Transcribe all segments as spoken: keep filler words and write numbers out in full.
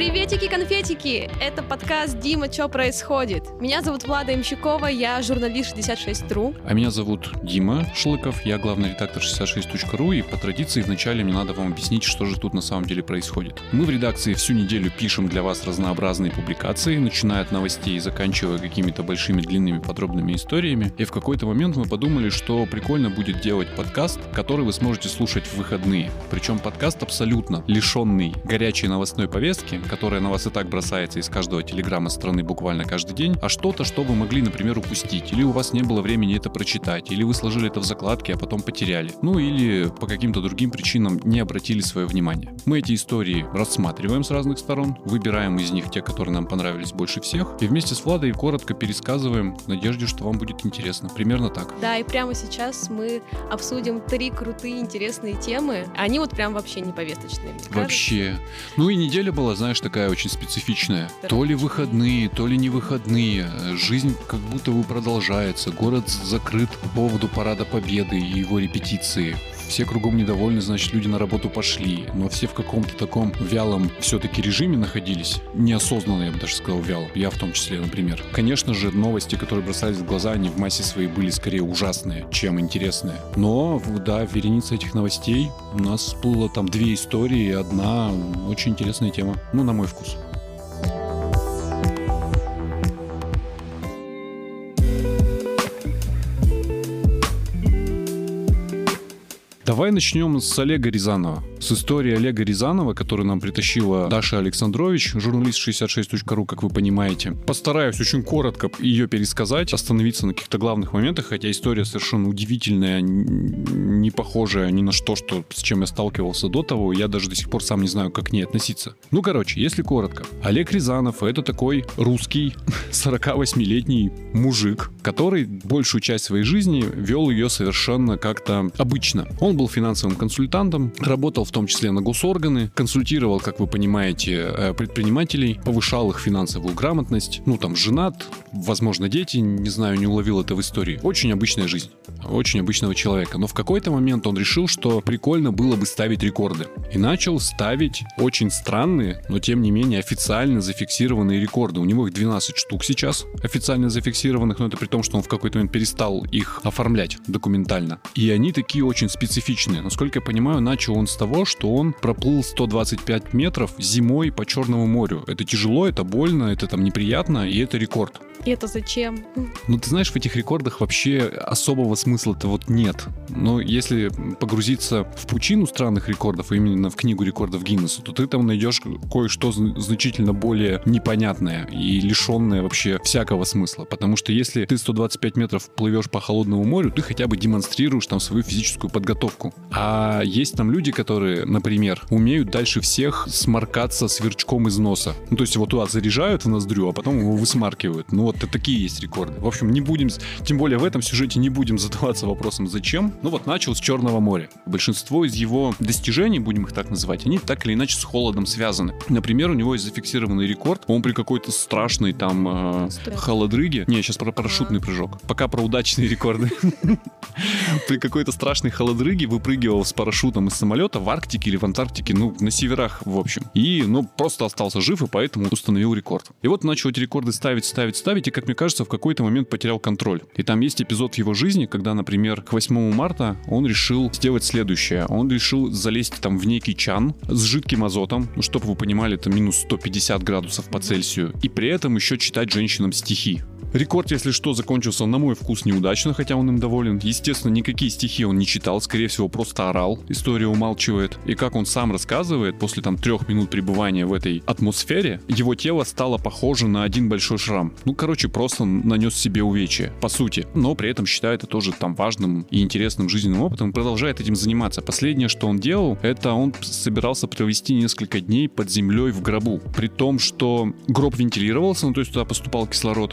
Приветики-конфетики! Это подкаст «Дима, чё происходит?». Меня зовут Влада Имщикова, я журналист шестьдесят шесть точка ру. А меня зовут Дима Шлыков, я главный редактор шестьдесят шесть точка ру, и по традиции вначале мне надо вам объяснить, что же тут на самом деле происходит. Мы в редакции всю неделю пишем для вас разнообразные публикации, начиная от новостей и заканчивая какими-то большими длинными подробными историями, и в какой-то момент мы подумали, что прикольно будет делать подкаст, который вы сможете слушать в выходные. Причем подкаст абсолютно лишенный горячей новостной повестки, которая на вас и так бросается из каждого телеграмма страны буквально каждый день, а что-то, что вы могли, например, упустить, или у вас не было времени это прочитать, или вы сложили это в закладке, а потом потеряли, ну или по каким-то другим причинам не обратили свое внимание. Мы эти истории рассматриваем с разных сторон, выбираем из них те, которые нам понравились больше всех, и вместе с Владой коротко пересказываем в надежде, что вам будет интересно. Примерно так. Да, и прямо сейчас мы обсудим три крутые, интересные темы. Они вот прям вообще не повесточные. Вообще. Ну и неделя была, знаешь, такая очень специфичная. Да. То ли выходные, то ли не выходные. Жизнь как будто бы продолжается. Город закрыт по поводу Парада Победы и его репетиции. Все кругом недовольны, значит, люди на работу пошли. Но все в каком-то таком вялом все-таки режиме находились. Неосознанно, я бы даже сказал, вяло. Я в том числе, например. Конечно же, новости, которые бросались в глаза, они в массе своей были скорее ужасные, чем интересные. Но, да, вереница этих новостей. У нас всплыло там две истории, и одна очень интересная тема. Ну, на мой вкус. Давай начнем с Олега Рязанова. С истории Олега Рязанова, которую нам притащила Даша Александрович, журналист шестьдесят шесть точка ру, как вы понимаете. Постараюсь очень коротко ее пересказать, остановиться на каких-то главных моментах, хотя история совершенно удивительная, не похожая ни на что, что, с чем я сталкивался до того. Я даже до сих пор сам не знаю, как к ней относиться. Ну, короче, если коротко. Олег Рязанов — это такой русский сорокавосьмилетний мужик, который большую часть своей жизни вел ее совершенно как-то обычно. Он был финансовым консультантом, работал в том числе на госорганы, консультировал, как вы понимаете, предпринимателей, повышал их финансовую грамотность. Ну, там, женат, возможно, дети, не знаю, не уловил это в истории. Очень обычная жизнь, очень обычного человека. Но в какой-то момент он решил, что прикольно было бы ставить рекорды. И начал ставить очень странные, но тем не менее официально зафиксированные рекорды. У него их двенадцать штук сейчас официально зафиксированных, но это при том, что он в какой-то момент перестал их оформлять документально. И они такие очень специфичные. Насколько я понимаю, начал он с того, что он проплыл сто двадцать пять метров зимой по Черному морю. Это тяжело, это больно, это там неприятно, и это рекорд. И это зачем? Ну, ты знаешь, в этих рекордах вообще особого смысла-то вот нет. Но если погрузиться в пучину странных рекордов, именно в книгу рекордов Гиннесса, то ты там найдешь кое-что значительно более непонятное и лишенное вообще всякого смысла. Потому что если ты сто двадцать пять метров плывешь по холодному морю, ты хотя бы демонстрируешь там свою физическую подготовку. А есть там люди, которые, например, умеют дальше всех сморкаться сверчком из носа. Ну, то есть его туда заряжают в ноздрю, а потом его высмаркивают. Ну, вот такие есть рекорды. В общем, не будем, тем более в этом сюжете не будем задаваться вопросом «зачем?». Ну вот начал с Черного моря. Большинство из его достижений, будем их так называть, они так или иначе с холодом связаны. Например, у него есть зафиксированный рекорд. Он при какой-то страшной там э, холодрыге... Не, сейчас про парашютный прыжок. Пока про удачные рекорды. При какой-то страшной холодрыге выпрыгивал с парашютом из самолета в Арктике или в Антарктике, ну, на северах, в общем. И, ну, просто остался жив, и поэтому установил рекорд. И вот начал эти рекорды ставить, ставить, ставить, и, как мне кажется, в какой-то момент потерял контроль. И там есть эпизод в его жизни, когда, например, к восьмому марта он решил сделать следующее. Он решил залезть там в некий чан с жидким азотом, ну, чтобы вы понимали, это минус сто пятьдесят градусов по Цельсию, и при этом еще читать женщинам стихи. Рекорд, если что, закончился на мой вкус неудачно, хотя он им доволен. Естественно, никакие стихи он не читал, скорее всего, просто орал. История умалчивает. И как он сам рассказывает, после там трех минут пребывания в этой атмосфере, его тело стало похоже на один большой шрам. Ну, короче, просто нанес себе увечья, по сути. Но при этом считает это тоже там важным и интересным жизненным опытом, и продолжает этим заниматься. Последнее, что он делал, это он собирался провести несколько дней под землей в гробу. При том, что гроб вентилировался, ну, то есть туда поступал кислород. Тем не менее,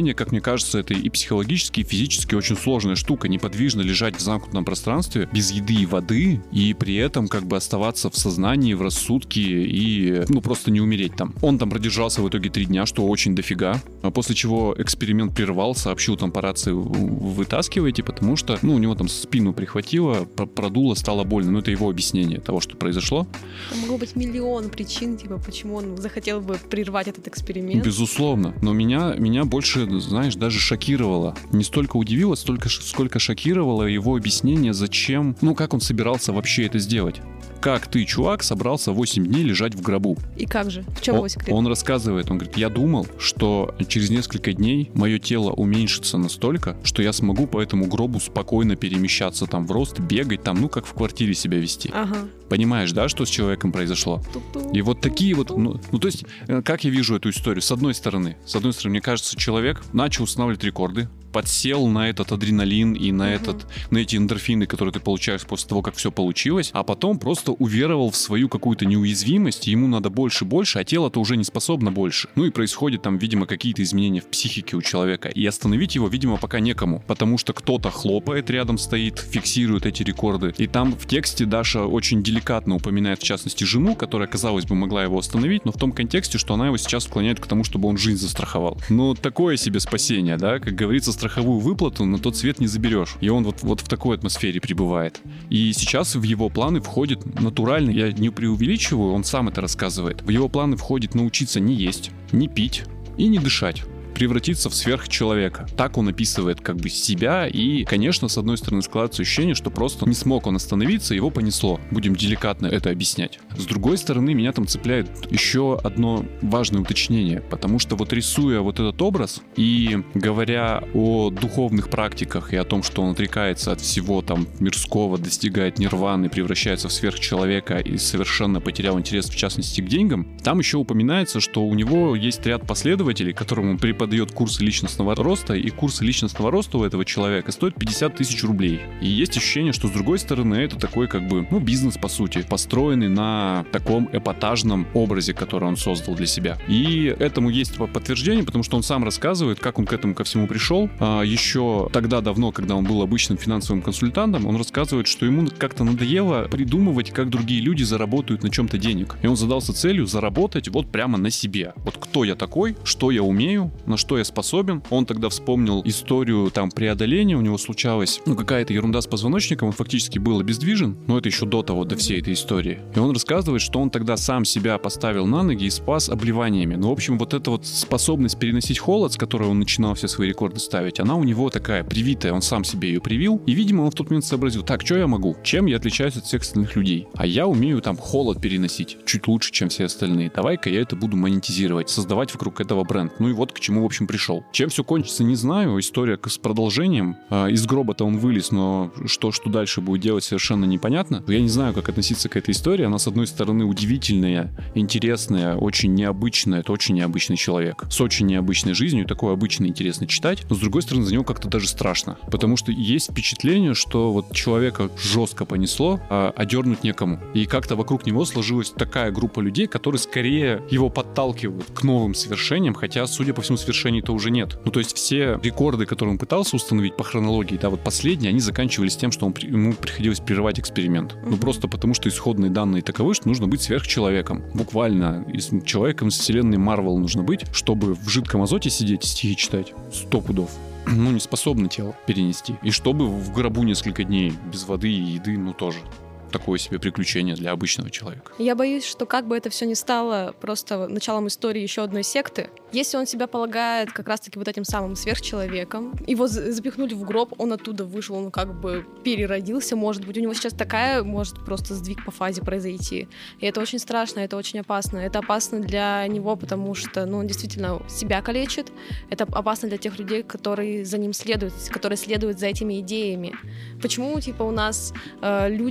менее, как мне кажется, это и психологически, и физически очень сложная штука. Неподвижно лежать в замкнутом пространстве без еды и воды, и при этом как бы оставаться в сознании, в рассудке и, ну, просто не умереть там. Он там продержался в итоге три дня, что очень дофига. А после чего эксперимент прервал, сообщил там по рации: вытаскивайте, потому что, ну, у него там спину прихватило, продуло, стало больно. Ну, это его объяснение того, что произошло. Там могло быть миллион причин, типа, почему он захотел бы прервать этот эксперимент. Безусловно. Но меня, меня больше, знаешь, даже шокировало. Не столько удивило, столько, сколько шокировало его объяснение, зачем, ну, как он собирался вообще это сделать. Как ты, чувак, собрался восемь дней лежать в гробу? И как же? В чем его секрет? Он рассказывает, он говорит: я думал, что через несколько дней мое тело уменьшится настолько, что я смогу по этому гробу спокойно перемещаться там в рост, бегать там, ну, как в квартире себя вести. Ага. Понимаешь, да, что с человеком произошло? Ту-ту. И вот такие вот, ну, ну, то есть, как я вижу эту историю? С одной стороны, с одной стороны, мне кажется, человек начал устанавливать рекорды, подсел на этот адреналин и на, угу. этот, на эти эндорфины, которые ты получаешь после того, как все получилось, а потом просто уверовал в свою какую-то неуязвимость, и ему надо больше, больше, а тело-то уже не способно больше. Ну и происходят там, видимо, какие-то изменения в психике у человека. И остановить его, видимо, пока некому, потому что кто-то хлопает рядом, стоит, фиксирует эти рекорды. И там в тексте Даша очень деликатно упоминает, в частности, жену, которая, казалось бы, могла его остановить, но в том контексте, что она его сейчас склоняет к тому, чтобы он жизнь застраховал. Ну, такое себе спасение, да, как говорится, страховую выплату на тот свет не заберешь. И он вот, вот в такой атмосфере пребывает. И сейчас в его планы входит натурально, я не преувеличиваю, он сам это рассказывает, в его планы входит научиться не есть, не пить и не дышать. Превратиться в сверхчеловека. Так он описывает как бы себя, и, конечно, с одной стороны складывается ощущение, что просто не смог он остановиться, его понесло. Будем деликатно это объяснять. С другой стороны, меня там цепляет еще одно важное уточнение, потому что вот рисуя вот этот образ и говоря о духовных практиках и о том, что он отрекается от всего там мирского, достигает нирваны, превращается в сверхчеловека и совершенно потерял интерес, в частности, к деньгам, там еще упоминается, что у него есть ряд последователей, которым он преподает дает курсы личностного роста, и курсы личностного роста у этого человека стоят пятьдесят тысяч рублей. И есть ощущение, что с другой стороны это такой как бы, ну, бизнес по сути, построенный на таком эпатажном образе, который он создал для себя. И этому есть подтверждение, потому что он сам рассказывает, как он к этому ко всему пришел. А еще тогда давно, когда он был обычным финансовым консультантом, он рассказывает, что ему как-то надоело придумывать, как другие люди заработают на чем-то денег. И он задался целью заработать вот прямо на себе. Вот кто я такой, что я умею, на что я способен. Он тогда вспомнил историю там преодоления, у него случалась, ну, какая-то ерунда с позвоночником, он фактически был обездвижен, но это еще до того, до всей этой истории. И он рассказывает, что он тогда сам себя поставил на ноги и спас обливаниями. Ну, в общем, вот эта вот способность переносить холод, с которой он начинал все свои рекорды ставить, она у него такая привитая, он сам себе ее привил, и, видимо, он в тот момент сообразил: так, что я могу? Чем я отличаюсь от всех остальных людей? А я умею там холод переносить чуть лучше, чем все остальные. Давай-ка я это буду монетизировать, создавать вокруг этого бренд. Ну и вот к чему, в общем, пришел. Чем все кончится, не знаю. История с продолжением. Из гроба-то он вылез, но что, что дальше будет делать, совершенно непонятно. Я не знаю, как относиться к этой истории. Она, с одной стороны, удивительная, интересная, очень необычная. Это очень необычный человек. С очень необычной жизнью. Такое обычно интересно читать. Но, с другой стороны, за него как-то даже страшно. Потому что есть впечатление, что вот человека жестко понесло, а одернуть некому. И как-то вокруг него сложилась такая группа людей, которые скорее его подталкивают к новым свершениям, хотя, судя по всему, свершений-то уже нет. Ну, то есть все рекорды, которые он пытался установить по хронологии, да, вот последние, они заканчивались тем, что он, ему приходилось прерывать эксперимент. Mm-hmm. Ну, просто потому, что исходные данные таковы, что нужно быть сверхчеловеком. Буквально из, человеком из вселенной Марвел нужно быть, чтобы в жидком азоте сидеть и стихи читать. Сто пудов. Ну, не способно тело перенести. И чтобы в гробу несколько дней без воды и еды, ну, тоже. Такое себе приключение для обычного человека. Я боюсь, что как бы это все ни стало просто началом истории еще одной секты, если он себя полагает как раз-таки вот этим самым сверхчеловеком, его запихнули в гроб, он оттуда вышел, он как бы переродился, может быть, у него сейчас такая, может просто сдвиг по фазе произойти. И это очень страшно, это очень опасно. Это опасно для него, потому что, ну, он действительно себя калечит. Это опасно для тех людей, которые за ним следуют, которые следуют за этими идеями. Почему, типа, у нас э, люди, когда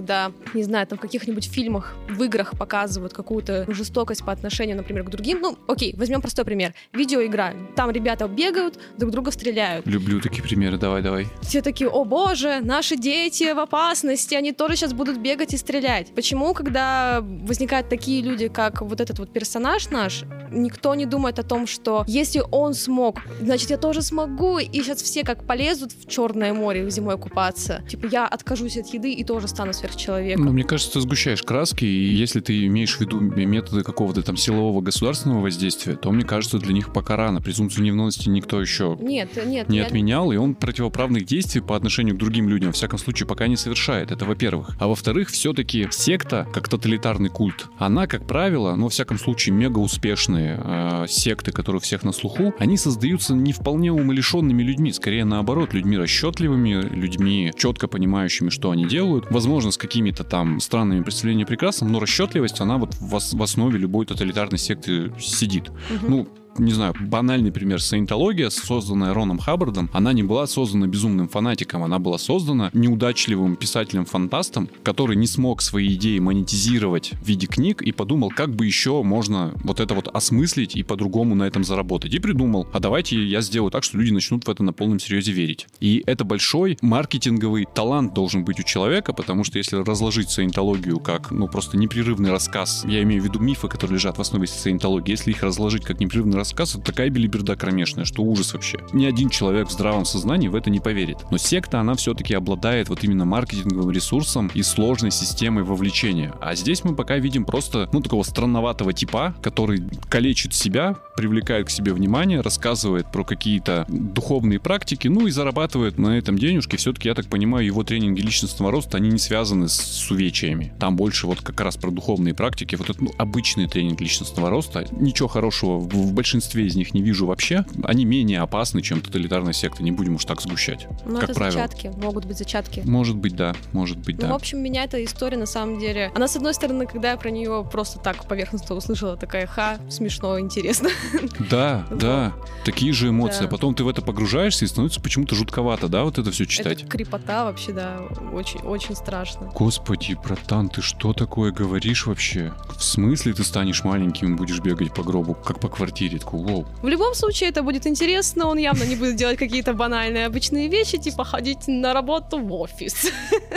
когда, не знаю, там в каких-нибудь фильмах, в играх показывают какую-то жестокость по отношению, например, к другим. Ну, окей, возьмем простой пример. Видеоигра. Там ребята бегают, друг друга стреляют. Люблю такие примеры, давай, давай. Все такие: о боже, наши дети в опасности, они тоже сейчас будут бегать и стрелять. Почему, когда возникают такие люди, как вот этот вот персонаж наш, никто не думает о том, что если он смог, значит, я тоже смогу, и сейчас все как полезут в Черное море зимой купаться. Типа, я откажусь от еды и тоже стану сверхчеловеком. Ну, мне кажется, ты сгущаешь краски, и если ты имеешь в виду методы какого-то там силового государственного воздействия, то, мне кажется, для них пока рано. Презумпцию невиновности никто еще нет, нет, не я... отменял, и он противоправных действий по отношению к другим людям, во всяком случае, пока не совершает. Это во-первых. А во-вторых, все-таки секта, как тоталитарный культ, она, как правило, ну, во всяком случае, мега успешные э, секты, которые у всех на слуху, они создаются не вполне умалишенными людьми, скорее наоборот, людьми расчетливыми, людьми четко понимающими, что они делают, возможно, с какими-то там странными представлениями прекрасным, но расчетливость, она вот в, в основе любой тоталитарной секты сидит. Угу. Ну, не знаю, банальный пример. Саентология, созданная Роном Хаббардом, она не была создана безумным фанатиком, она была создана неудачливым писателем-фантастом, который не смог свои идеи монетизировать в виде книг и подумал, как бы еще можно вот это вот осмыслить и по-другому на этом заработать. И придумал, а давайте я сделаю так, что люди начнут в это на полном серьезе верить. И это большой маркетинговый талант должен быть у человека, потому что если разложить саентологию как, ну, просто непрерывный рассказ, я имею в виду мифы, которые лежат в основе саентологии, если их разложить как непрерывный рассказ, это такая белиберда кромешная, что ужас вообще. Ни один человек в здравом сознании в это не поверит. Но секта, она все-таки обладает вот именно маркетинговым ресурсом и сложной системой вовлечения. А здесь мы пока видим просто, ну, такого странноватого типа, который калечит себя, привлекает к себе внимание, рассказывает про какие-то духовные практики, ну и зарабатывает на этом денежки. Все-таки, я так понимаю, его тренинги личностного роста, они не связаны с, с увечьями. Там больше вот как раз про духовные практики. Вот это, ну, обычный тренинг личностного роста. Ничего хорошего в, в большинстве из них не вижу вообще. Они менее опасны, чем тоталитарная секта. Не будем уж так сгущать. Ну, как это правило. Зачатки. Могут быть зачатки. Может быть, да. Может быть, ну, да. В общем, меня эта история, на самом деле... Она, с одной стороны, когда я про нее просто так поверхностно услышала, такая: ха, смешно, интересно. Да, да. Такие же эмоции. Да. А потом ты в это погружаешься, и становится почему-то жутковато, да, вот это все читать. Это крепота вообще, да. Очень, очень страшно. Господи, братан, ты что такое говоришь вообще? В смысле ты станешь маленьким и будешь бегать по гробу, как по квартире? Такой, воу. В любом случае это будет интересно, он явно не будет делать какие-то банальные обычные вещи, типа ходить на работу в офис.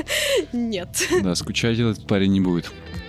Нет. Да, скучать этот парень не будет.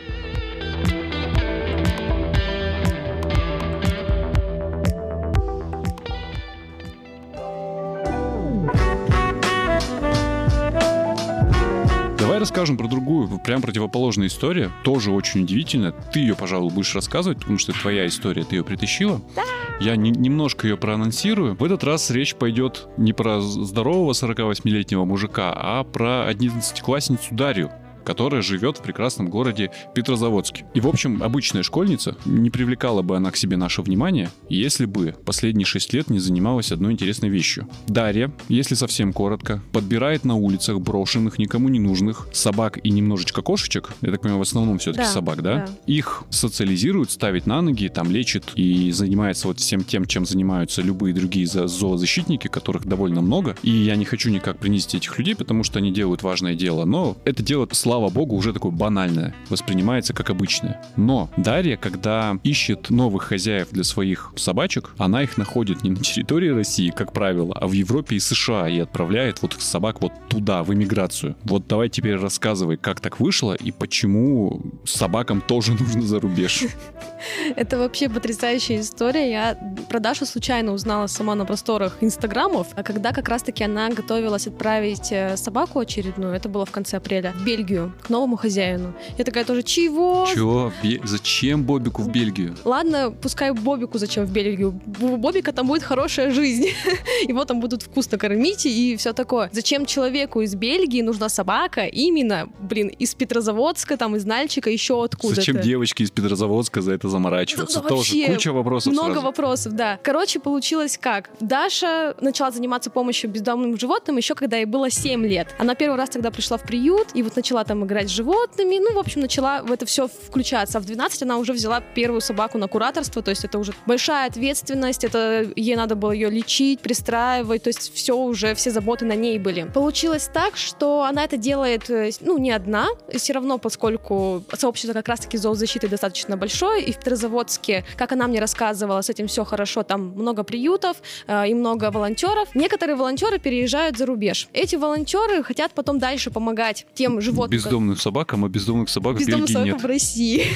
Давай расскажем про другую, прям противоположную историю. Тоже очень удивительно. Ты ее, пожалуй, будешь рассказывать, потому что это твоя история, ты ее притащила. Да. Я не, немножко ее проанонсирую. В этот раз речь пойдет не про здорового сорокавосьмилетнего мужика, а про одиннадцатиклассницу Дарью, которая живет в прекрасном городе Петрозаводске. И, в общем, обычная школьница, не привлекала бы она к себе наше внимание, если бы последние шесть лет не занималась одной интересной вещью. Дарья, если совсем коротко, подбирает на улицах брошенных, никому не нужных собак и немножечко кошечек, я так понимаю, в основном все-таки да, собак, да? да? Их социализирует, ставит на ноги, там лечит и занимается вот всем тем, чем занимаются любые другие зоозащитники, которых довольно много. И я не хочу никак принизить этих людей, потому что они делают важное дело, но это дело, слава слава богу, уже такое банальное, воспринимается как обычное. Но Дарья, когда ищет новых хозяев для своих собачек, она их находит не на территории России, как правило, а в Европе и США, и отправляет вот собак вот туда, в эмиграцию. Вот давай теперь рассказывай, как так вышло и почему собакам тоже нужно за рубеж. Это вообще потрясающая история. Я про Дашу случайно узнала сама на просторах инстаграмов, а когда как раз-таки она готовилась отправить собаку очередную, это было в конце апреля, в Бельгию, к новому хозяину. Я такая тоже: чего? Чего? Бе- зачем Бобику в Бельгию? Ладно, пускай Бобику зачем в Бельгию. У Бобика там будет хорошая жизнь. Его там будут вкусно кормить и все такое. Зачем человеку из Бельгии нужна собака именно, блин, из Петрозаводска, там, из Нальчика, еще откуда-то? Зачем девочке из Петрозаводска за это заморачиваться? Да, тоже куча вопросов много сразу. вопросов, да. Короче, получилось как? Даша начала заниматься помощью бездомным животным еще когда ей было семь лет. Она первый раз тогда пришла в приют и вот начала там там играть с животными, ну, в общем, начала в это все включаться. А в двенадцать она уже взяла первую собаку на кураторство, то есть это уже большая ответственность, это ей надо было ее лечить, пристраивать, то есть все уже, все заботы на ней были. Получилось так, что она это делает, ну, не одна, и все равно, поскольку сообщество как раз-таки зоозащиты достаточно большое, и в Петрозаводске, как она мне рассказывала, с этим все хорошо, там много приютов э, и много волонтеров. Некоторые волонтеры переезжают за рубеж. Эти волонтеры хотят потом дальше помогать тем животным. Бездомным собакам, а бездомных собак в Бельгии нет. в России.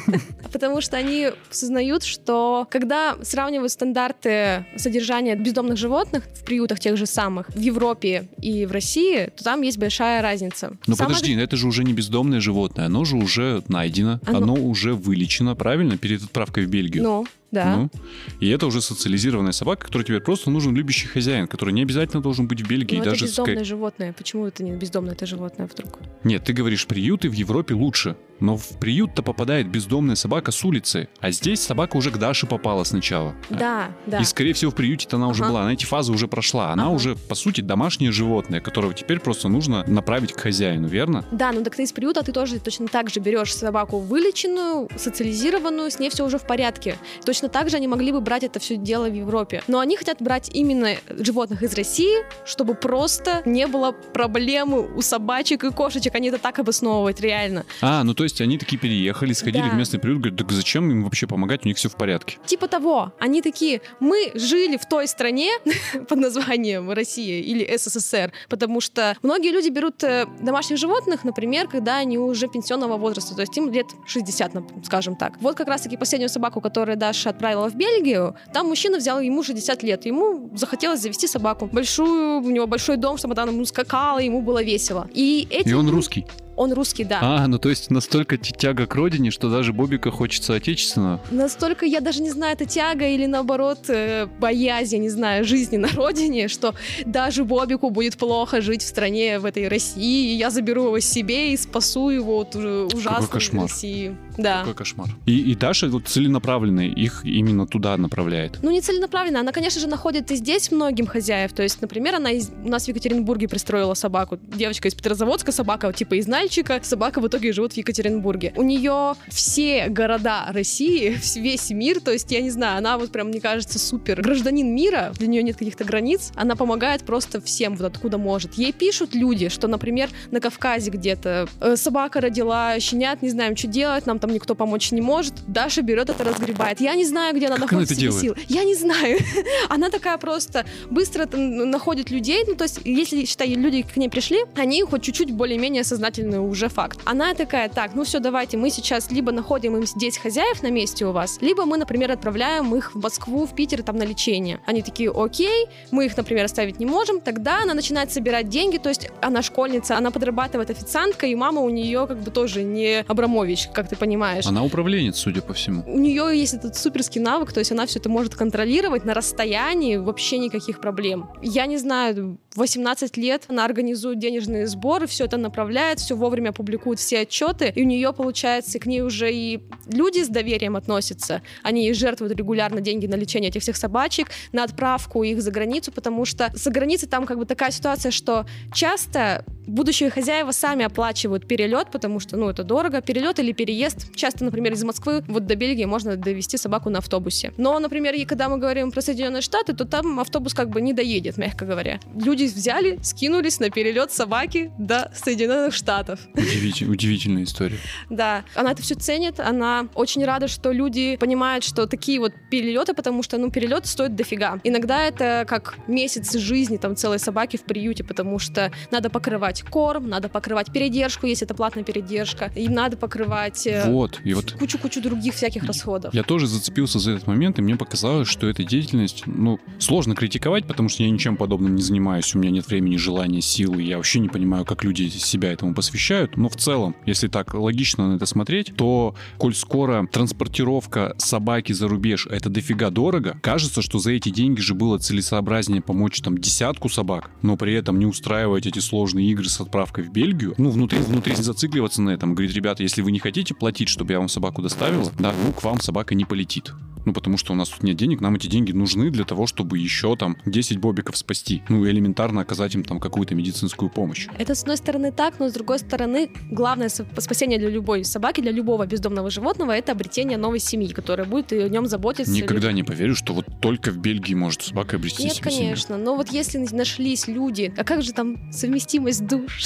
Потому что они осознают, что когда сравнивают стандарты содержания бездомных животных в приютах тех же самых в Европе и в России, то там есть большая разница. Но подожди, это же уже не бездомное животное, оно же уже найдено, оно уже вылечено, правильно, перед отправкой в Бельгию? Ну, да. Ну, и это уже социализированная собака, которой тебе просто нужен любящий хозяин, который не обязательно должен быть в Бельгии. Но это даже бездомное ска... животное. Почему это не бездомное это животное вдруг? Нет, ты говоришь, приюты в Европе лучше. Но в приют-то попадает бездомная собака с улицы. А здесь собака уже к Даше попала сначала. Да, да. И, скорее всего, в приюте-то она уже ага. была. Она эти фазы уже прошла. Она ага. уже, по сути, домашнее животное, которого теперь просто нужно направить к хозяину, верно? Да, ну так ты из приюта ты тоже точно так же берешь собаку вылеченную, социализированную, с ней все уже в порядке. Точно так же они могли бы брать это все дело в Европе. Но они хотят брать именно животных из России, чтобы просто не было проблемы у собачек и кошечек. Они это так обосновывают, реально. А, ну то есть они такие переехали, сходили да. в местный приют, говорят, так зачем им вообще помогать, у них все в порядке. Типа того. Они такие, мы жили в той стране под названием Россия или СССР, потому что многие люди берут домашних животных, например, когда они уже пенсионного возраста, то есть им лет шестьдесят, скажем так. Вот как раз-таки последнюю собаку, которую Даша отправила в Бельгию, там мужчина взял, ему шестьдесят лет, ему захотелось завести собаку. Большую, у него большой дом, чтобы она ему скакала, ему было весело. И, эти... И он русский. Он русский, да. А, ну то есть настолько тяга к родине, что даже Бобика хочется отечественного? Настолько, я даже не знаю, это тяга или наоборот боязнь, я не знаю, жизни на родине, что даже Бобику будет плохо жить в стране, в этой России, и я заберу его себе и спасу его от ужасной России. Да. Какой кошмар. И, и Даша вот целенаправленно их именно туда направляет. Ну не целенаправленно, она, конечно же, находит и здесь многим хозяев. То есть, например, она из, у нас в Екатеринбурге пристроила собаку. Девочка из Петрозаводска, собака типа из Нальчика, собака в итоге живет в Екатеринбурге. У нее все города России, весь мир, то есть, я не знаю, она вот прям, мне кажется, супер гражданин мира, для нее нет каких-то границ, она помогает просто всем, вот откуда может. Ей пишут люди, что, например, на Кавказе где-то э, собака родила щенят, не знаем, что делать, нам там никто помочь не может. Даша берет это, разгребает. Я не знаю, где она как находит она себе силы. Я не знаю. Она такая просто быстро находит людей, ну, то есть, если, считай, люди к ней пришли, они хоть чуть-чуть более-менее сознательный уже факт. Она такая, так, ну все, давайте, мы сейчас либо находим им здесь хозяев на месте у вас, либо мы, например, отправляем их в Москву, в Питер, там, на лечение. Они такие, окей, мы их, например, оставить не можем. Тогда она начинает собирать деньги, то есть она школьница, она подрабатывает официанткой, и мама у нее как бы тоже не Абрамович, как ты понимаешь. Она управленец, судя по всему. У нее есть этот суперский навык, то есть она все это может контролировать на расстоянии, вообще никаких проблем. Я не знаю, восемнадцать лет она организует денежные сборы, все это направляет, все вовремя публикует все отчеты, и у нее, получается, к ней уже и люди с доверием относятся. Они ей жертвуют регулярно деньги на лечение этих всех собачек, на отправку их за границу, потому что за границей там как бы такая ситуация, что часто будущие хозяева сами оплачивают перелет, потому что, ну, это дорого, перелет или переезд. Часто, например, из Москвы вот до Бельгии можно довести собаку на автобусе. Но, например, и когда мы говорим про Соединенные Штаты, то там автобус как бы не доедет, мягко говоря. Люди взяли, скинулись на перелет собаки до Соединенных Штатов. Удивитель, удивительная история. Да, она это все ценит, она очень рада, что люди понимают, что такие вот перелеты, потому что, ну, перелет стоит дофига. Иногда это как месяц жизни там целой собаки в приюте, потому что надо покрывать корм, надо покрывать передержку, если это платная передержка, им надо покрывать вот, и вот кучу-кучу других всяких расходов. Я тоже зацепился за этот момент, и мне показалось, что эта деятельность, ну, сложно критиковать, потому что я ничем подобным не занимаюсь, у меня нет времени, желания, сил, и я вообще не понимаю, как люди себя этому посвящают, но в целом, если так логично на это смотреть, то, коль скоро транспортировка собаки за рубеж — это дофига дорого, кажется, что за эти деньги же было целесообразнее помочь там десятку собак, но при этом не устраивать эти сложные игры с отправкой в Бельгию, ну, внутри, внутри зацикливаться на этом, говорит, ребята, если вы не хотите платить, чтобы я вам собаку доставила, да, ну, к вам собака не полетит. Ну, потому что у нас тут нет денег, нам эти деньги нужны для того, чтобы еще там десять бобиков спасти. Ну, элементарно оказать им там какую-то медицинскую помощь. Это, с одной стороны, так, но с другой стороны, главное спасение для любой собаки, для любого бездомного животного — это обретение новой семьи, которая будет о нем заботиться. Никогда не поверю, что вот только в Бельгии может собака обрести Нет, себе конечно, семью. но вот если нашлись люди, а как же там совместимость душ?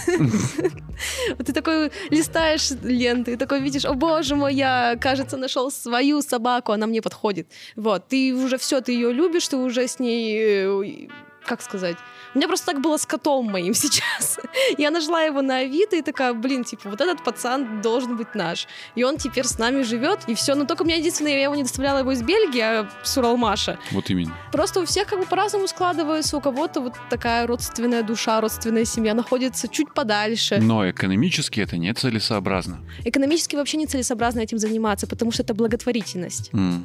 Вот ты такой листаешь ленты, и такой видишь: о боже мой, я, кажется, нашел свою собаку, она мне подходит. Вот, ты уже все, ты ее любишь, ты уже с ней, как сказать... У меня просто так было с котом моим сейчас. Я нашла его на Авито и такая: блин, типа, вот этот пацан должен быть наш. И он теперь с нами живет, и все. Но только у меня единственное, я его не доставляла его из Бельгии, а с Уралмаша. Вот именно. Просто у всех как бы по-разному складывается. У кого-то вот такая родственная душа, родственная семья находится чуть подальше. Но экономически это не целесообразно. Экономически вообще не целесообразно этим заниматься, потому что это благотворительность. Mm.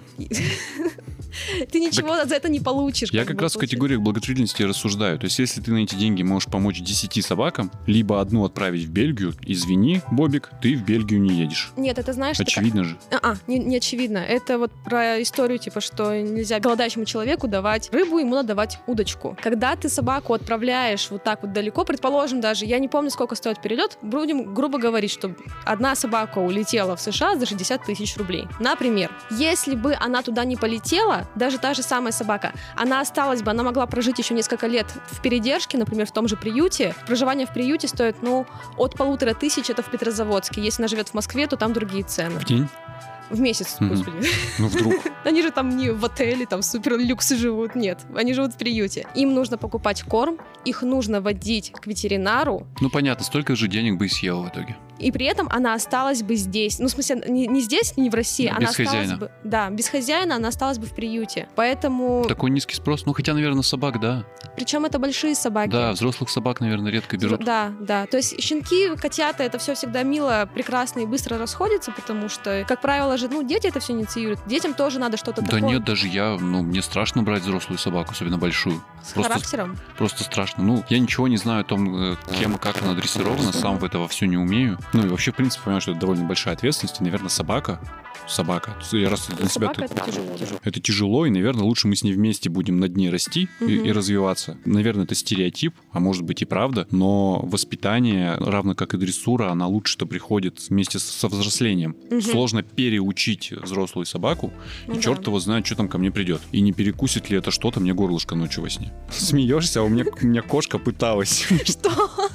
Ты ничего за это не получишь. Я как раз в категориях благотворительности рассуждаю. То есть если ты на эти деньги можешь помочь десяти собакам, либо одну отправить в Бельгию, извини, Бобик, ты в Бельгию не едешь. Нет, это знаешь... Очевидно же. А, не, не очевидно. Это вот про историю, типа, что нельзя голодающему человеку давать рыбу, ему надо давать удочку. Когда ты собаку отправляешь вот так вот далеко, предположим даже, я не помню, сколько стоит перелет, будем грубо говорить, что одна собака улетела в США за шестьдесят тысяч рублей. Например, если бы она туда не полетела, даже та же самая собака, она осталась бы, она могла прожить еще несколько лет в передержке, например, в том же приюте. Проживание в приюте стоит, ну, от полутора тысяч, это в Петрозаводске. Если она живет в Москве, то там другие цены. В день? В месяц, mm-hmm. господи. Ну, вдруг. Они же там не в отеле, там супер люксы живут, нет. Они живут в приюте. Им нужно покупать корм, их нужно водить к ветеринару. Ну, понятно, столько же денег бы и съела в итоге. И при этом она осталась бы здесь. Ну, в смысле, не, не здесь, не в России. Без она хозяина. Осталась бы, да, без хозяина она осталась бы в приюте. Поэтому... Такой низкий спрос. Ну, хотя, наверное, собак, да. Причем это большие собаки. Да, взрослых собак, наверное, редко берут. Да, да. То есть щенки, котята, это все всегда мило, прекрасно и быстро расходится, потому что, как правило же, ну, дети это все инициируют. Детям тоже надо что-то да такое. Да нет, даже я, ну, мне страшно брать взрослую собаку, особенно большую. С просто, характером? Просто страшно. Ну, я ничего не знаю о том, кем и как она дрессирована, сам в этого все не умею. Ну, и вообще, в принципе, понимаю, что это довольно большая ответственность, и, наверное, собака собака. Я раз для себя собака это тяжело. Это тяжело, и, наверное, лучше мы с ней вместе будем над ней расти угу. и, и развиваться. Наверное, это стереотип, а может быть и правда, но воспитание, равно как и дрессура, она лучше-то приходит вместе со взрослением. Угу. Сложно переучить взрослую собаку, ну, и черт да. его знает, что там ко мне придет. И не перекусит ли это что-то мне горлышко ночью во сне. Смеешься, а у меня, у меня кошка пыталась. Что?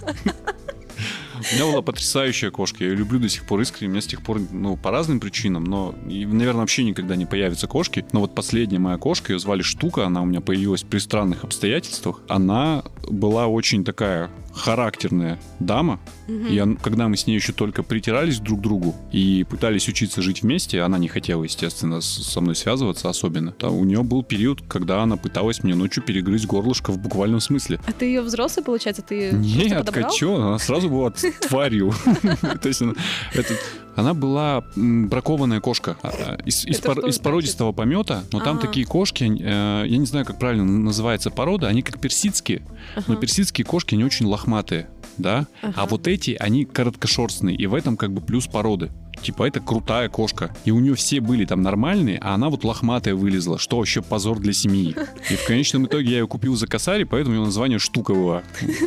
У меня была потрясающая кошка, я ее люблю до сих пор искренне, у меня с тех пор, ну, по разным причинам, но, и, наверное, вообще никогда не появятся кошки, но вот последняя моя кошка, ее звали Штука, она у меня появилась при странных обстоятельствах, она была очень такая характерная дама, угу. и он, когда мы с ней еще только притирались друг к другу и пытались учиться жить вместе, она не хотела, естественно, со мной связываться особенно, то у нее был период, когда она пыталась мне ночью перегрызть горлышко в буквальном смысле. А ты ее взрослый, получается? Ты ее Нет, а чё? Она сразу была тварью. То есть она была бракованная кошка из породистого помета, но там такие кошки, я не знаю, как правильно называется порода, они как персидские, но персидские кошки не очень лохматые, да? А вот эти, они короткошерстные, и в этом как бы плюс породы. Типа, это крутая кошка. И у нее все были там нормальные, а она вот лохматая вылезла, что вообще позор для семьи. И в конечном итоге я ее купил за косарь, поэтому ее название Штука была.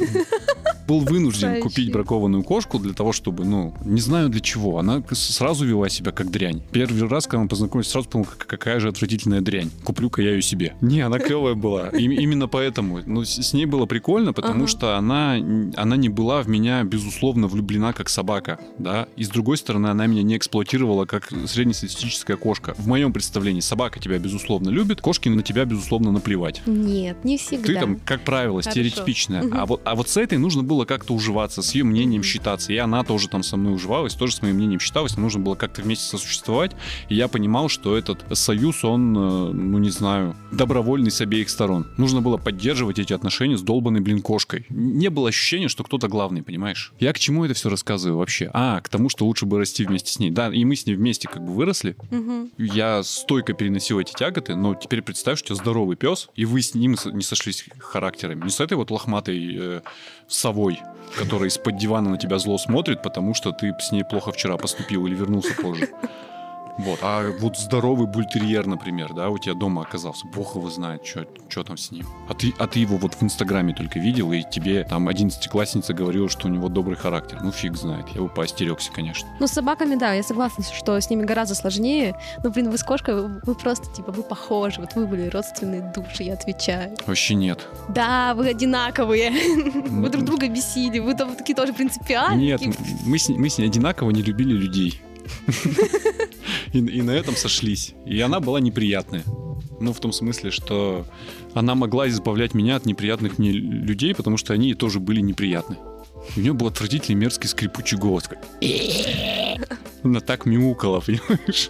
Был вынужден купить бракованную кошку для того, чтобы, ну, не знаю для чего. Она сразу вела себя как дрянь. Первый раз, когда мы познакомились, сразу подумал, какая же отвратительная дрянь. Куплю-ка я ее себе. Не, она клевая была. И, именно поэтому. Ну, с ней было прикольно, потому ага. что она, она не была в меня, безусловно, влюблена как собака, да. И с другой стороны, она меня не эксплуатировала как среднестатистическая кошка. В моем представлении собака тебя, безусловно, любит, кошки на тебя, безусловно, наплевать. Нет, не всегда. Ты там, как правило, Хорошо. стереотипичная. Угу. А, вот, а вот с этой нужно было как-то уживаться, с ее мнением mm-hmm. считаться. И она тоже там со мной уживалась, тоже с моим мнением считалась. Нужно было как-то вместе сосуществовать. И я понимал, что этот союз, он, ну не знаю, добровольный с обеих сторон. Нужно было поддерживать эти отношения с долбанной, блин, кошкой. Не было ощущения, что кто-то главный, понимаешь? Я к чему это все рассказываю вообще? А, к тому, что лучше бы расти вместе с ней. Да, и мы с ней вместе как бы выросли. Mm-hmm. Я стойко переносил эти тяготы, но теперь представь, что у тебя здоровый пес, и вы с ним не сошлись характерами. Не с этой вот лохматой э, совой, которая из-под дивана на тебя зло смотрит, потому что ты с ней плохо вчера поступил или вернулся позже. Вот. А вот здоровый бультерьер, например, да, у тебя дома оказался. Бог его знает, что там с ним. А ты, а ты его вот в Инстаграме только видел, и тебе там одиннадцатиклассница говорила, что у него добрый характер. Ну, фиг знает. Я бы поостерегся, конечно. Ну, с собаками, да, я согласна, что с ними гораздо сложнее. Но, блин, вы с кошкой, вы, вы просто, типа, вы похожи. Вот вы были родственные души, я отвечаю. Вообще нет. Да, вы одинаковые. Вы друг друга бесили. Вы там такие тоже принципиальные. Нет, мы с, мы с ней одинаково не любили людей. И, и на этом сошлись. И она была неприятная. Ну, в том смысле, что она могла избавлять меня от неприятных мне людей, потому что они тоже были неприятны. И у нее был отвратительный мерзкий скрипучий голос. Она так мяукала, понимаешь?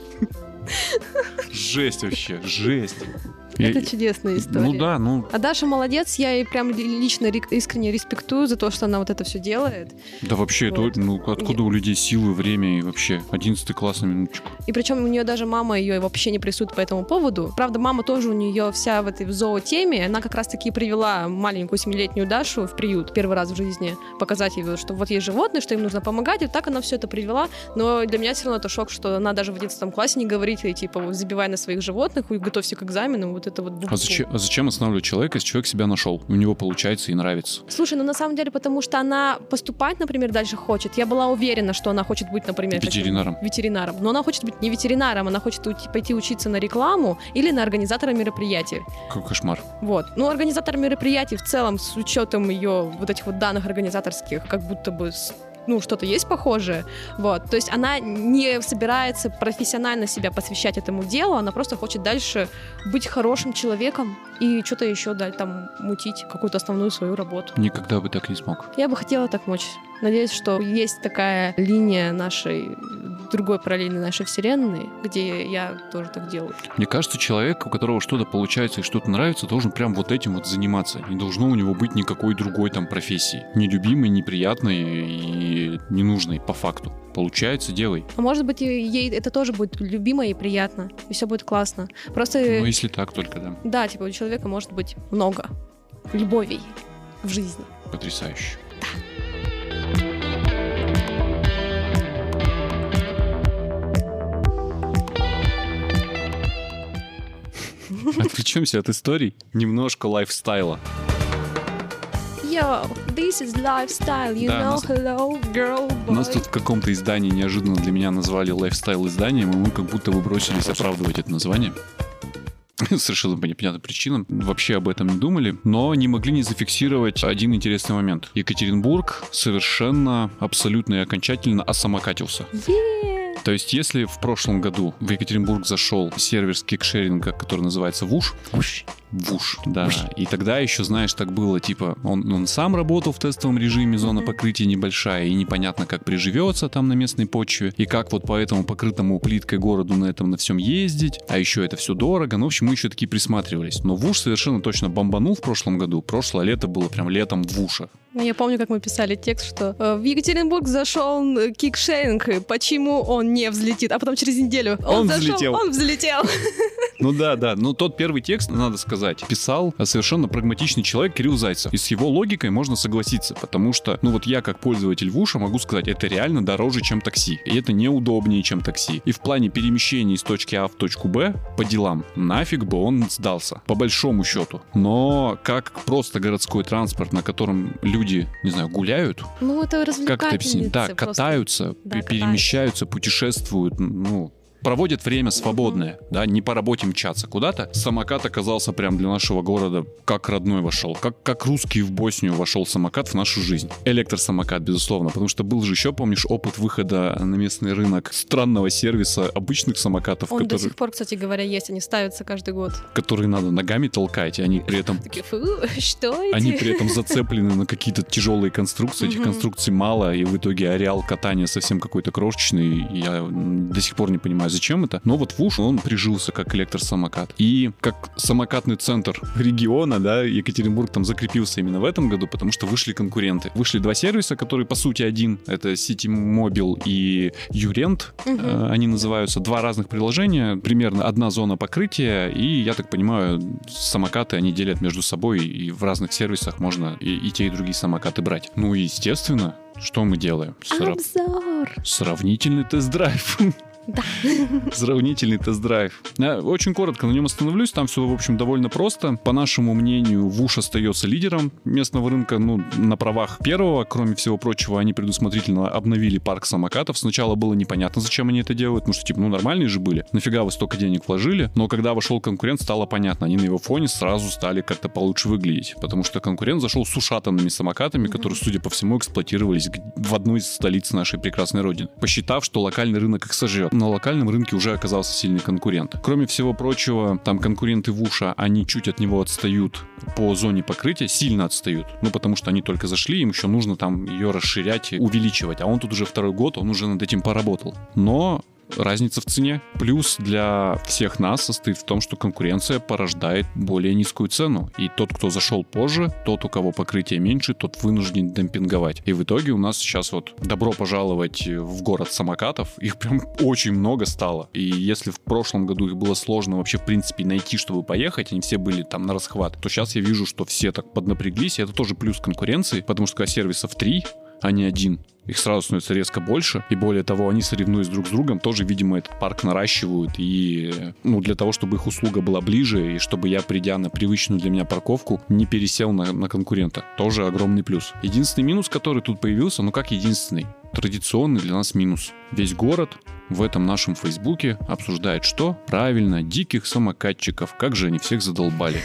Жесть вообще, жесть. Это я... чудесная история. Ну да, ну... А Даша молодец, я ей прям лично искренне респектую за то, что она вот это все делает. Да вообще, вот. это, ну откуда и... у людей силы, время и вообще одиннадцатый класс на минуточку. И причем у нее даже мама ее вообще не прессует по этому поводу. Правда, мама тоже у нее вся в этой зоотеме. Она как раз-таки привела маленькую семилетнюю Дашу в приют первый раз в жизни, показать ей, что вот есть животные, что им нужно помогать. И так она все это привела. Но для меня все равно это шок, что она даже в одиннадцатом классе не говорит, и, типа, забивай на своих животных и готовься к экзамену. Вот это вот. А зачем, а зачем останавливать человека, если человек себя нашел? У него получается и нравится. Слушай, ну на самом деле, потому что она поступать, например, дальше хочет. Я была уверена, что она хочет быть, например, ветеринаром. Таким, ветеринаром. Но она хочет быть не ветеринаром, она хочет уйти, пойти учиться на рекламу или на организатора мероприятий. Какой кошмар. Вот. Ну, организатор мероприятий в целом, с учетом ее вот этих вот данных организаторских, как будто бы ну, что-то есть похожее, вот, то есть она не собирается профессионально себя посвящать этому делу, она просто хочет дальше быть хорошим человеком и что-то еще дальше там мутить, какую-то основную свою работу. Никогда бы так не смог. Я бы хотела так мочь. Надеюсь, что есть такая линия нашей, другой параллельной нашей вселенной, где я тоже так делаю. Мне кажется, человек, у которого что-то получается и что-то нравится, должен прям вот этим вот заниматься. Не должно у него быть никакой другой там профессии. Нелюбимой, неприятной и ненужной по факту. Получается, делай. А может быть, ей это тоже будет любимо и приятно, и все будет классно. Просто... Ну, если так только, да. Да, типа у человека может быть много любовей в жизни. Потрясающе. Да. Отвлечемся от историй. Немножко лайфстайла. Yo, this is lifestyle, you да, know, нас... hello, girl, boy. Нас тут в каком-то издании неожиданно для меня назвали лайфстайл изданием, и мы как будто бы бросились оправдывать это название. Совершенно по непонятным причинам. Вообще об этом не думали, но не могли не зафиксировать один интересный момент. Екатеринбург совершенно, абсолютно и окончательно осамокатился. Yeah. То есть, если в прошлом году в Екатеринбург зашел сервер кикшеринга, который называется Вуш, Вуш, Вуш, да, и тогда еще, знаешь, так было, типа, он, он сам работал в тестовом режиме, зона mm-hmm. покрытия небольшая, и непонятно, как приживется там на местной почве, и как вот по этому покрытому плиткой городу на этом на всем ездить, а еще это все дорого, ну, в общем, мы еще такие присматривались. Но Вуш совершенно точно бомбанул в прошлом году, прошлое лето было прям летом Вуша. Я помню, как мы писали текст, что э, в Екатеринбург зашел кикшеринг, почему он не взлетит, а потом через неделю он, он зашел, взлетел. он взлетел. Ну да, да, но тот первый текст, надо сказать, писал совершенно прагматичный человек Кирилл Зайцев. И с его логикой можно согласиться, потому что, ну вот я как пользователь Вуша могу сказать, это реально дороже, чем такси. И это неудобнее, чем такси. И в плане перемещения из точки А в точку Б по делам, нафиг бы он сдался, по большому счету. Но как просто городской транспорт, на котором люди, не знаю, гуляют, ну это как это объяснить? Да, просто. катаются, да, перемещаются, путешествуют, ну... проводят время свободное, mm-hmm. да, не по работе мчаться куда-то. Самокат оказался прям для нашего города как родной вошел, как, как русский в Боснию вошел самокат в нашу жизнь. Электросамокат, безусловно, потому что был же еще, помнишь, опыт выхода на местный рынок странного сервиса обычных самокатов. Он которые, до сих пор, кстати говоря, есть, они ставятся каждый год. Которые надо ногами толкать, и они при этом... Такие, фу, что эти? Они при этом зацеплены на какие-то тяжелые конструкции, этих конструкций мало, и в итоге ареал катания совсем какой-то крошечный. Я до сих пор не понимаю, зачем это. Но вот Вуш, он прижился как электросамокат. И как самокатный центр региона, да, Екатеринбург там закрепился именно в этом году, потому что вышли конкуренты. Вышли два сервиса, которые по сути один. Это Ситимобил и Юрент. Угу. Э, они называются. Два разных приложения. Примерно одна зона покрытия. И, я так понимаю, самокаты они делят между собой. И в разных сервисах можно и, и те, и другие самокаты брать. Ну и, естественно, что мы делаем? Сра... Обзор! Сравнительный тест-драйв. Да. Сравнительный тест-драйв. Я очень коротко на нем остановлюсь. Там все, в общем, довольно просто. По нашему мнению, Вуш остается лидером местного рынка. Ну, на правах первого, кроме всего прочего, они предусмотрительно обновили парк самокатов. Сначала было непонятно, зачем они это делают. Потому что, типа, ну, нормальные же были. Нафига вы столько денег вложили? Но когда вошел конкурент, стало понятно. Они на его фоне сразу стали как-то получше выглядеть. Потому что конкурент зашел с ушатанными самокатами, mm-hmm. которые, судя по всему, эксплуатировались в одной из столиц нашей прекрасной родины. Посчитав, что локальный рынок их сожрет. На локальном рынке уже оказался сильный конкурент. Кроме всего прочего, там конкуренты Вуша, они чуть от него отстают по зоне покрытия, сильно отстают. Ну, потому что они только зашли, им еще нужно там ее расширять, увеличивать. А он тут уже второй год, он уже над этим поработал. Но разница в цене. Плюс для всех нас состоит в том, что конкуренция порождает более низкую цену. И тот, кто зашел позже, тот, у кого покрытие меньше, тот вынужден демпинговать. И в итоге у нас сейчас вот добро пожаловать в город самокатов. Их прям очень много стало. И если в прошлом году их было сложно вообще в принципе найти, чтобы поехать, они все были там на расхват, то сейчас я вижу, что все так поднапряглись. И это тоже плюс конкуренции, потому что когда сервисов три, а не один, их сразу становится резко больше. И более того, они, соревнуясь друг с другом, тоже, видимо, этот парк наращивают. И, ну, для того, чтобы их услуга была ближе, и чтобы я, придя на привычную для меня парковку, не пересел на, на конкурента. Тоже огромный плюс. Единственный минус, который тут появился, ну как единственный? Традиционный для нас минус. Весь город в этом нашем Фейсбуке обсуждает что? Правильно, диких самокатчиков. Как же они всех задолбали.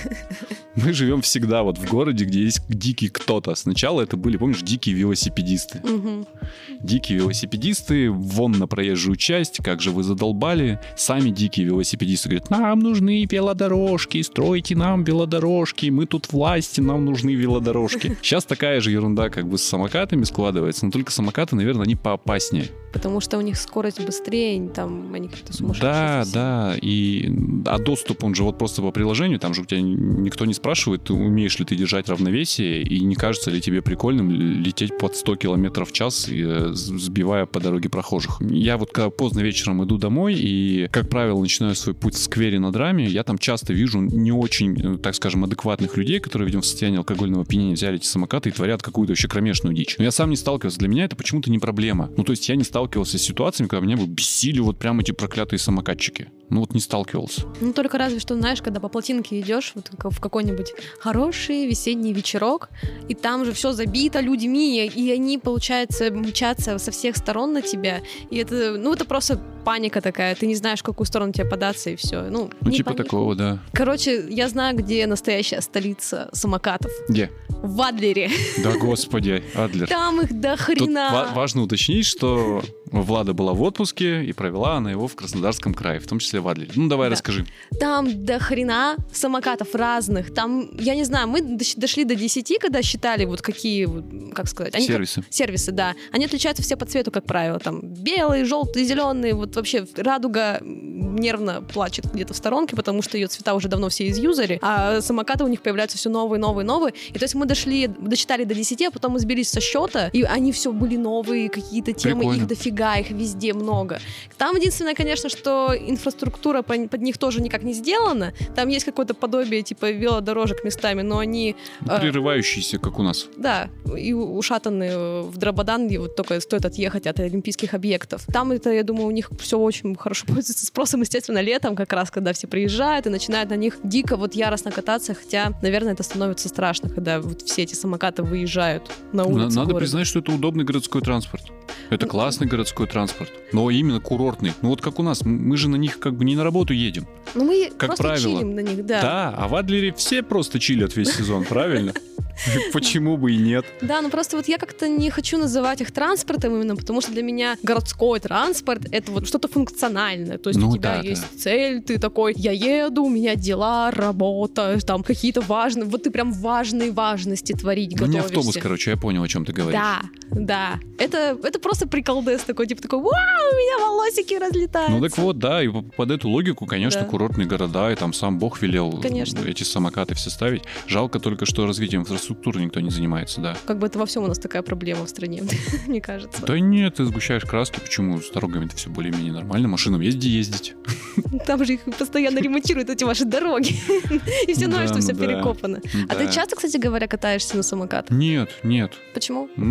Мы живем всегда вот в городе, где есть дикий кто-то. Сначала это были, помнишь, дикие велосипедисты. Угу. Дикие велосипедисты, вон на проезжую часть, как же вы задолбали. Сами дикие велосипедисты говорят, нам нужны велодорожки, стройте нам велодорожки, мы тут власти, нам нужны велодорожки. Сейчас такая же ерунда как бы с самокатами складывается, но только самокаты, наверное, они поопаснее. Потому что у них скорость быстрее, там они как-то сумасшедшие. Да, да, и а доступ, он же вот просто по приложению, там же у тебя никто не спрашивает, умеешь ли ты держать равновесие, и не кажется ли тебе прикольным лететь под сто километров в час, сбивая по дороге прохожих. Я вот когда поздно вечером иду домой, и, как правило, начинаю свой путь в сквере на Драме, я там часто вижу не очень, так скажем, адекватных людей, которые, видимо, в состоянии алкогольного опьянения взяли эти самокаты и творят какую-то вообще кромешную дичь. Но я сам не сталкивался, для меня это почему-то не проблема. Ну, то есть я не сталкивался с ситуациями, когда меня бы бесили вот прям эти проклятые самокатчики. Ну вот не сталкивался. Ну только разве что, знаешь, когда по плотинке идешь вот в какой-нибудь хороший весенний вечерок, и там же все забито людьми, и они, получается, мчатся со всех сторон на тебя, и это, ну это просто паника такая, ты не знаешь, в какую сторону тебе податься, и все. Ну, ну типа паника. Такого, да. Короче, я знаю, где настоящая столица самокатов. Где? В Адлере. Да господи, Адлер. Там их до хрена. Тут ва- важно уточнить, что Влада была в отпуске, и провела она его в Краснодарском крае, в том числе в Адлере. Ну, давай, да. Расскажи. Там до хрена самокатов разных. Там, я не знаю, мы дошли до десяти, когда считали вот какие, как сказать... Они сервисы. Как, сервисы, да. Они отличаются все по цвету, как правило. Там белый, желтый, зеленый. Вот вообще радуга нервно плачет где-то в сторонке, потому что ее цвета уже давно все изюзали, а самокаты у них появляются все новые, новые, новые. И то есть мы дошли, досчитали до десяти, а потом мы сбились со счета, и они все были новые, какие-то темы, прикольно. Их дофига, их везде много. Там единственное, конечно, что инфраструктура под них тоже никак не сделана. Там есть какое-то подобие типа велодорожек местами, но они... Прерывающиеся, э, как у нас. Да, и ушатанные в Драбадан, и вот только стоит отъехать от олимпийских объектов. Там это, я думаю, у них все очень хорошо пользуется спросом, естественно, летом, как раз, когда все приезжают и начинают на них дико вот яростно кататься, хотя, наверное, это становится страшно, когда вот все эти самокаты выезжают на улицу Надо города. признать, что это удобный городской транспорт. Это классный городской транспорт, но именно курортный. Ну вот как у нас, мы же на них как бы не на работу едем. Ну мы как просто правило. чилим на них, да. Да, а в Адлере все просто чилят весь сезон, правильно? Почему бы и нет? Да, ну просто вот я как-то не хочу называть их транспортом именно, потому что для меня городской транспорт — это вот что-то функциональное. То есть ну, у тебя да, есть да. цель, ты такой, я еду, у меня дела, работа, там какие-то важные, вот ты прям важные важности творить ну, готовишься. Не автобус, короче, я понял, о чем ты говоришь. Да, да. Это, это просто приколдес такой, типа такой, вау, у меня волосики разлетаются. Ну так вот, да, и под эту логику, конечно, да. Курортные города, и там сам Бог велел конечно. Эти самокаты все ставить. Жалко только, что развитием инфраструктуры никто не занимается, да. Как бы это во всем у нас такая проблема в стране, мне кажется. Да нет, ты сгущаешь краски, почему? С дорогами-то все более-менее нормально, машинам езди ездить. Там же их постоянно ремонтируют, эти ваши дороги. И все ноют, что все перекопано. А ты часто, кстати говоря, катаешься на самокатах? Нет, нет. Почему? Ну,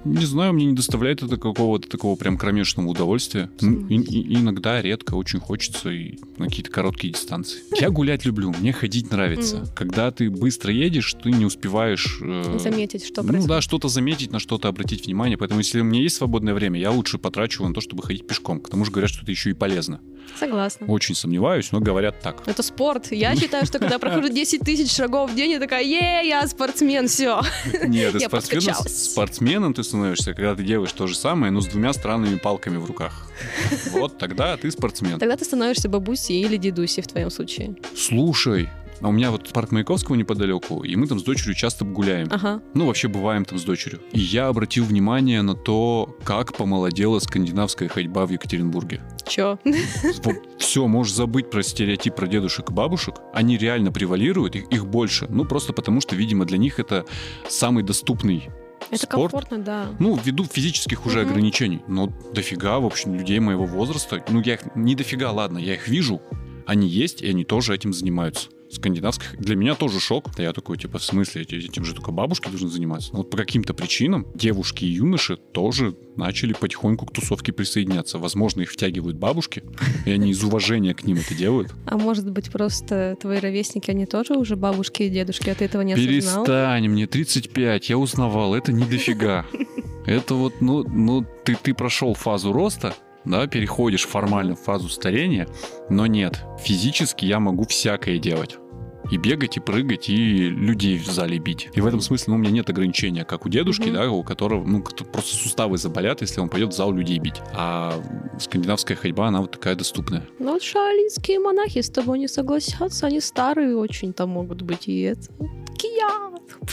не знаю, мне не доставляет это какого-то такого прям кромешного удовольствия. И, и, иногда, редко, очень хочется и на какие-то короткие дистанции. Я гулять люблю, мне ходить нравится. Mm. Когда ты быстро едешь, ты не успеваешь... Э, заметить, что ну, происходит. Ну да, что-то заметить, на что-то обратить внимание. Поэтому если у меня есть свободное время, я лучше потрачу на то, чтобы ходить пешком. К тому же говорят, что это еще и полезно. Согласна. Очень сомневаюсь, но говорят так. Это спорт. Я считаю, что когда прохожу десять тысяч шагов в день, я такая, е, я спортсмен, все. Нет, ты спортсменом, спортсменом ты становишься, когда ты делаешь то же самое, но с двумя странными палками в руках. Вот тогда ты спортсмен. Тогда ты становишься бабусей или дедусей в твоем случае. Слушай, а у меня вот парк Маяковского неподалеку, и мы там с дочерью часто гуляем. Ага. Ну, вообще бываем там с дочерью. И я обратил внимание на то, как помолодела скандинавская ходьба в Екатеринбурге. Чё? Вот все, можешь забыть про стереотип про дедушек и бабушек. Они реально превалируют, их, их больше. Ну, просто потому что, видимо, для них это самый доступный это спорт. Комфортно, да. Ну, ввиду физических уже угу. ограничений. Но дофига, в общем, людей моего возраста. Ну, я их не дофига, ладно, я их вижу. Они есть, и они тоже этим занимаются. Скандинавских. Для меня тоже шок. Я такой, типа, в смысле, этим же только бабушки должны заниматься. Но вот по каким-то причинам девушки и юноши тоже начали потихоньку к тусовке присоединяться. Возможно, их втягивают бабушки, и они из уважения к ним это делают. А может быть, просто твои ровесники, они тоже уже бабушки и дедушки, а ты этого не осознал? Перестань, мне тридцать пять, я узнавал, это не дофига. Это вот, ну, ну ты, ты прошел фазу роста, да, переходишь формально в фазу старения, но нет, физически я могу всякое делать. И бегать, и прыгать, и людей в зале бить. И в этом смысле ну, у меня нет ограничения, как у дедушки, mm-hmm. да, у которого ну, просто суставы заболят, если он пойдет в зал людей бить. А скандинавская ходьба, она вот такая доступная. Ну вот шаолинские монахи с тобой не согласятся, они старые очень там могут быть, и это... Кия!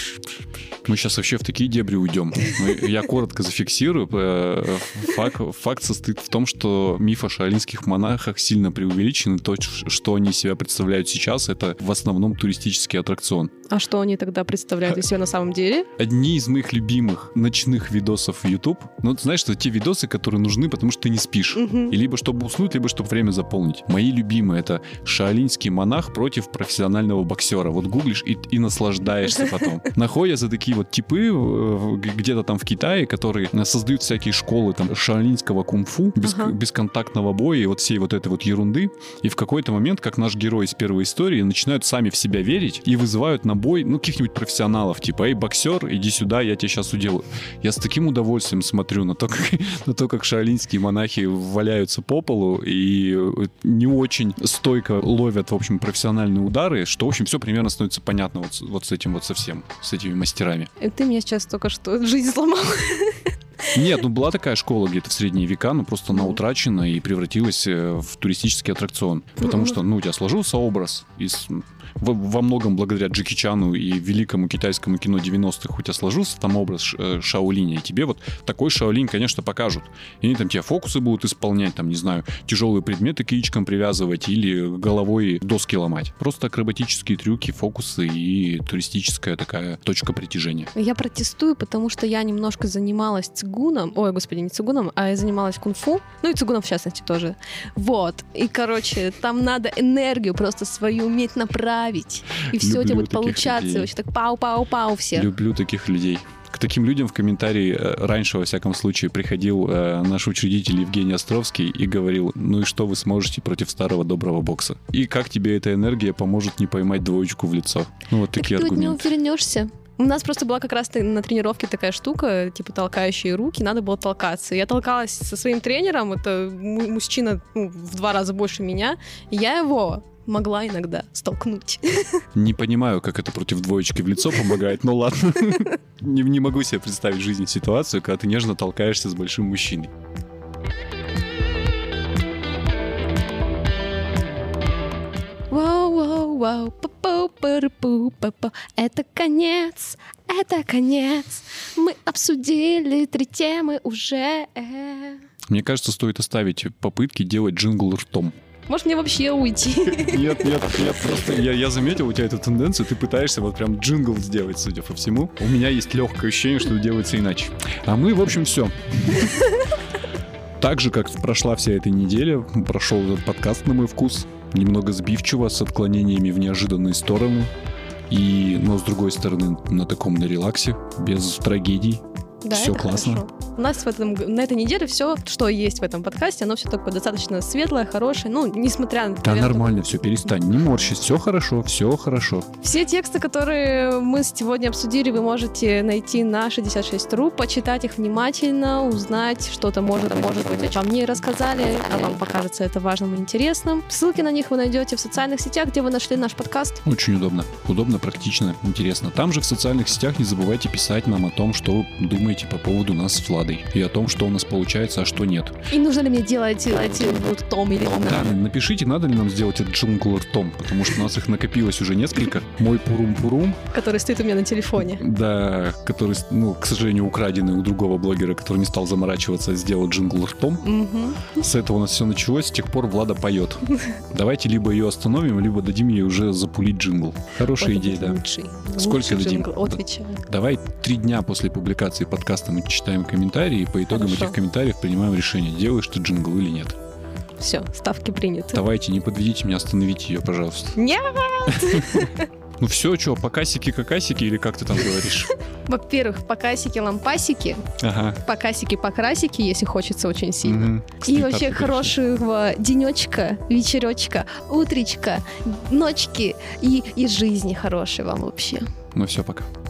Мы сейчас вообще в такие дебри уйдем. Я коротко зафиксирую. Факт, факт состоит в том, что миф о шаолинских монахах сильно преувеличен. То, что они себя представляют сейчас, это в основном туристический аттракцион. А что они тогда представляют из себя на самом деле? Одни из моих любимых ночных видосов в YouTube. Ну, ты знаешь, что это те видосы, которые нужны, потому что ты не спишь. Угу. И либо чтобы уснуть, либо чтобы время заполнить. Мои любимые — это шаолинский монах против профессионального боксера. Вот гуглишь и, и наслаждаешься потом. Находятся такие вот типы где-то там в Китае, которые создают всякие школы там шаолинского кунг-фу, без, ага. бесконтактного боя и вот всей вот этой вот ерунды. И в какой-то момент, как наш герой из первой истории, начинают сами в себя верить и вызывают на бой, ну, каких-нибудь профессионалов, типа, эй, боксер, иди сюда, я тебя сейчас уделаю. Я с таким удовольствием смотрю на то, как, на то, как шаолинские монахи валяются по полу и не очень стойко ловят, в общем, профессиональные удары, что, в общем, все примерно становится понятно вот, вот с этим вот совсем, с этими мастерами. И ты мне сейчас только что жизнь сломал. Нет, ну была такая школа где-то в средние века, но просто она утрачена и превратилась в туристический аттракцион. Потому что, ну, у тебя сложился образ из... Во, во многом благодаря Джеки Чану и великому китайскому кино девяностых у тебя сложился там образ э, Шаолиня, и тебе вот такой Шаолинь, конечно, покажут. И они там тебе фокусы будут исполнять, там, не знаю, тяжелые предметы к яичкам привязывать или головой доски ломать. Просто акробатические трюки, фокусы и туристическая такая точка притяжения. Я протестую, потому что я немножко занималась цигуном, ой, господи, не цигуном, а я занималась кунг-фу, ну и цигуном в частности тоже. Вот. И, короче, там надо энергию просто свою уметь направить. И все у тебя будет получаться. Людей. Вообще так пау-пау-пау все. Люблю таких людей. К таким людям в комментарии раньше, во всяком случае, приходил э, наш учредитель Евгений Островский и говорил, ну и что вы сможете против старого доброго бокса? И как тебе эта энергия поможет не поймать двоечку в лицо? Ну вот так такие ты аргументы. Ты от него вернешься. У нас просто была как раз на тренировке такая штука, типа толкающие руки, надо было толкаться. Я толкалась со своим тренером, это мужчина ну, в два раза больше меня, и я его... могла иногда столкнуть. Не понимаю, как это против двоечки в лицо помогает, но ладно. Не, не могу себе представить в жизни ситуацию, когда ты нежно толкаешься с большим мужчиной. Вау-вау-вау, па-пау-па-ру-пу-па-па. Это конец, это конец. Мы обсудили три темы уже. Мне кажется, стоит оставить попытки делать джингл ртом. Может, мне вообще уйти? Нет, нет, нет, просто я, я заметил у тебя эту тенденцию, ты пытаешься вот прям джингл сделать, судя по всему. У меня есть легкое ощущение, что это делается иначе. А мы, в общем, все. Так же, как прошла вся эта неделя, прошел этот подкаст на мой вкус. Немного сбивчиво, с отклонениями в неожиданные стороны. И, но с другой стороны, на таком на релаксе, без трагедий. Да, Все это классно. хорошо. У нас в этом, на этой неделе все, что есть в этом подкасте, оно все такое достаточно светлое, хорошее. Ну, несмотря на... Да наверное, нормально, все, перестань, не морщись, все хорошо, все хорошо. Все тексты, которые мы сегодня обсудили, вы можете найти на шестьдесят шесть точка ру, почитать их внимательно, узнать что-то, может, может быть, о чем мне рассказали, а вам покажется это важным и интересным. Ссылки на них вы найдете в социальных сетях, где вы нашли наш подкаст. Очень удобно. Удобно, практично, интересно. Там же в социальных сетях не забывайте писать нам о том, что вы думаете по поводу нас с Владой. И о том, что у нас получается, а что нет. И нужно ли мне делать, делать вот том или том? Да, напишите, надо ли нам сделать этот джингл ртом, потому что у нас их накопилось уже несколько. Мой пурум-пурум. Который стоит у меня на телефоне. Да, который, ну, к сожалению, украденный у другого блогера, который не стал заморачиваться, сделал джингл ртом. Угу. С этого у нас все началось, с тех пор Влада поет. Давайте либо ее остановим, либо дадим ей уже запулить джингл. Хорошая идея, да. Лучший. Сколько Лучший дадим? джингл, отвечаю. Давай три дня после публикации подкаста мы читаем комментарии, и по итогам Хорошо. этих комментариев принимаем решение, делаешь ты джингл или нет. Все, ставки приняты. Давайте, не подведите меня, остановите ее, пожалуйста. Нет! Ну все, что, покасики-какасики или как ты там говоришь? Во-первых, покасики-лампасики, Ага. покасики-покрасики, если хочется очень сильно. Мгм. И Стрит-арт вообще покрасить. хорошего денечка, вечеречка, утречка, ночки и, и жизни хорошей вам вообще. Ну все, пока.